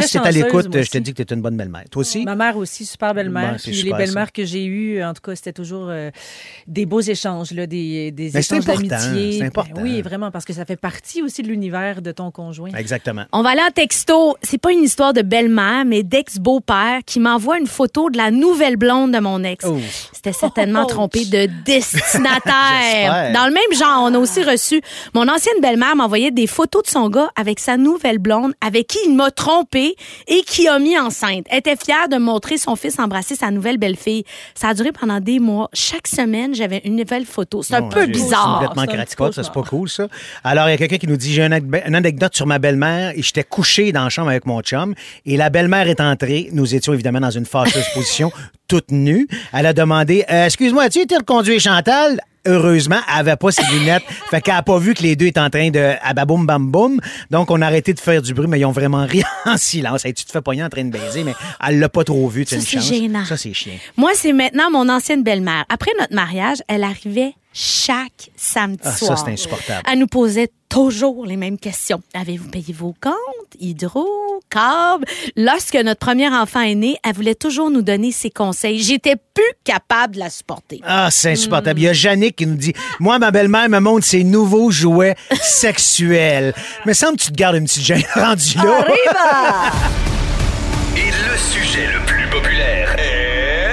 écoute, moi je te aussi. dis que tu es une bonne belle-mère. Toi aussi? Ma mère aussi, super belle-mère. Bon, c'est Puis les super, belles-mères ça. que j'ai eues, en tout cas, c'était toujours euh, des beaux échanges, là, des, des Mais c'est échanges important, d'amitié. c'est important. Ben oui, vraiment, parce que ça fait partie aussi de l'univers de ton conjoint. Exactement. On va aller en texto. C'est pas une histoire de belle-mère, mais d'ex-beau-père qui m'envoie une photo de la nouvelle blonde de mon ex. Oh. C'était certainement Oh. trompé de destinataire. J'espère. Dans le même genre, on a aussi reçu... Mon ancienne belle-mère m'envoyait des photos de son gars avec sa nouvelle blonde, avec qui il m'a trompé et qui a mis enceinte. Elle était fière de montrer son fils embrasser sa nouvelle belle-fille. Ça a duré pendant des mois. Chaque semaine, j'avais une nouvelle photo. C'est un Mon peu Dieu, bizarre. C'est complètement C'est un crackpot, petit ça, c'est pas cauchemar. cool, ça. Alors, il y a quelqu'un qui nous dit, j'ai une, ane- une anecdote sur ma belle-mère et j'étais couché dans la chambre avec mon chum et la belle-mère est entrée. Nous étions évidemment dans une fâcheuse position, toute nue. Elle a demandé, euh, excuse-moi, as-tu été reconduire Chantal? Heureusement, elle avait pas ses lunettes. Fait qu'elle a pas vu que les deux étaient en train de ababoum bam boum. Donc, on a arrêté de faire du bruit, mais ils ont vraiment ri en silence. Hey, tu te fais pogner en train de baiser, mais elle l'a pas trop vu. Tu sais, Ça, une c'est chance. gênant. Ça, c'est chiant. Moi, c'est maintenant mon ancienne belle-mère. Après notre mariage, elle arrivait chaque samedi Ah, ça, soir. c'est insupportable. Elle nous posait toujours les mêmes questions. Avez-vous payé vos comptes? Hydro? Câble? Lorsque notre premier enfant est né, elle voulait toujours nous donner ses conseils. J'étais plus capable de la supporter. Ah, c'est insupportable. Il y a Yannick qui nous dit, moi, ma belle-mère me montre ses nouveaux jouets sexuels. Mais semble que tu te gardes une petite gêne rendue là. Arriva! Et le sujet le plus populaire est...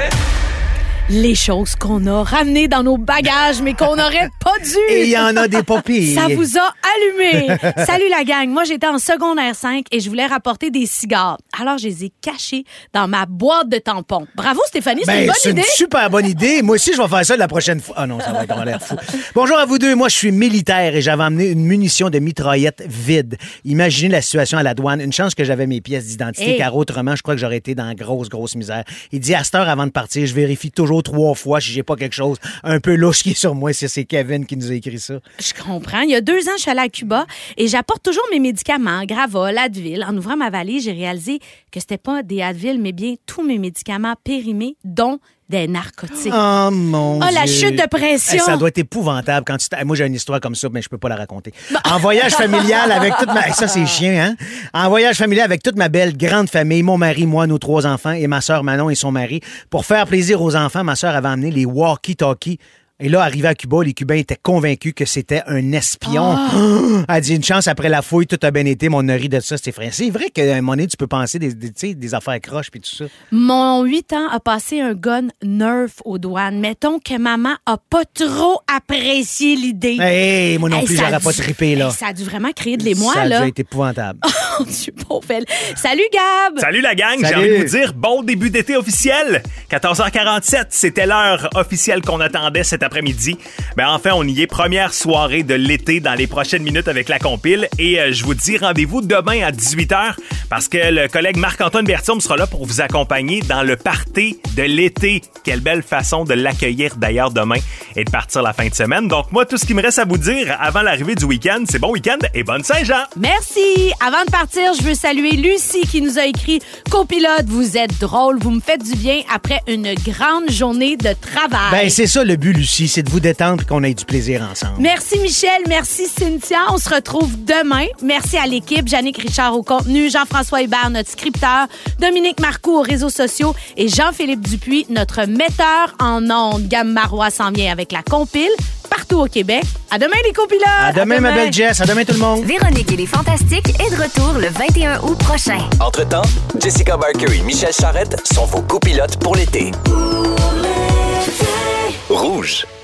Les choses qu'on a ramenées dans nos bagages, mais qu'on n'aurait pas dû. Et il y en a des pas pires. Ça vous a allumé. Salut la gang. Moi, j'étais en secondaire cinq et je voulais rapporter des cigares. Alors, je les ai cachés dans ma boîte de tampons. Bravo, Stéphanie, c'est Ben, une bonne c'est idée. une super bonne idée. Moi aussi, je vais faire ça la prochaine fois. Ah non, ça va être en l'air fou. Bonjour à vous deux. Moi, je suis militaire et j'avais amené une munition de mitraillette vide. Imaginez la situation à la douane. Une chance que j'avais mes pièces d'identité, Hey. car autrement, je crois que j'aurais été dans grosse, grosse misère. Il dit, à cette heure avant de partir, je vérifie toujours trois fois si j'ai pas quelque chose un peu louche qui est sur moi. C'est c'est Kevin qui nous a écrit ça. Je comprends. Il y a deux ans, je suis allée à Cuba et j'apporte toujours mes médicaments, Gravol, Advil. En ouvrant ma valise, j'ai réalisé que c'était pas des Advil, mais bien tous mes médicaments périmés, dont des narcotiques. Oh mon Oh, Dieu. la chute de pression. Eh, ça doit être épouvantable quand tu t'as- Moi, j'ai une histoire comme ça, mais je peux pas la raconter. En voyage familial avec toute ma... Eh, ça, c'est chiant, hein? En voyage familial avec toute ma belle grande famille, mon mari, moi, nos trois enfants et ma sœur Manon et son mari. Pour faire plaisir aux enfants, ma sœur avait amené les walkie-talkies. Et là, arrivé à Cuba, les Cubains étaient convaincus que c'était un espion. Oh! Elle dit, une chance, après la fouille, tout a bien été, mais on a ri de ça, c'était effrayant. C'est vrai qu'à un moment donné, tu peux penser des, des, tu sais, des affaires croches puis tout ça. Mon huit ans a passé un gun Nerf aux douanes. Mettons que maman a pas trop apprécié l'idée. Hey, moi non Hey, plus, ça a j'aurais pas dû- trippé, là. Hey, ça a dû vraiment créer de l'émoi, Ça a là. dû être épouvantable. Oh, Dieu, pauvre elle. Salut, Gab! Salut la gang, j'ai Salut. envie de vous dire bon début d'été officiel. quatorze heures quarante-sept, c'était l'heure officielle qu'on attendait cet après-midi. Ben enfin, on y est, première soirée de l'été dans les prochaines minutes avec la compile. Et euh, je vous dis rendez-vous demain à dix-huit heures parce que le collègue Marc-Antoine Bertium sera là pour vous accompagner dans le party de l'été. Quelle belle façon de l'accueillir d'ailleurs demain et de partir la fin de semaine. Donc moi, tout ce qui me reste à vous dire avant l'arrivée du week-end, c'est bon week-end et bonne Saint-Jean! Merci. Avant de partir, je veux saluer Lucie qui nous a écrit « Copilote, vous êtes drôle, vous me faites du bien après une grande journée de travail. » Ben, c'est ça le but, Lucie, c'est de vous détendre et qu'on ait du plaisir ensemble. Merci Michel, merci Cynthia. On se retrouve demain. Merci à l'équipe, Jannick Richard au contenu, Jean-François Hébert, notre scripteur, Dominique Marcoux aux réseaux sociaux et Jean-Philippe Dupuis, notre metteur en ondes. Gam Marois s'en vient avec la compile partout au Québec. À demain les copilotes! À demain, ma belle Jess. À demain, tout le monde. Véronique et les Fantastiques est de retour le vingt et un août prochain. Entre-temps, Jessica Barker et Michel Charrette sont vos copilotes pour l'été. Rouge.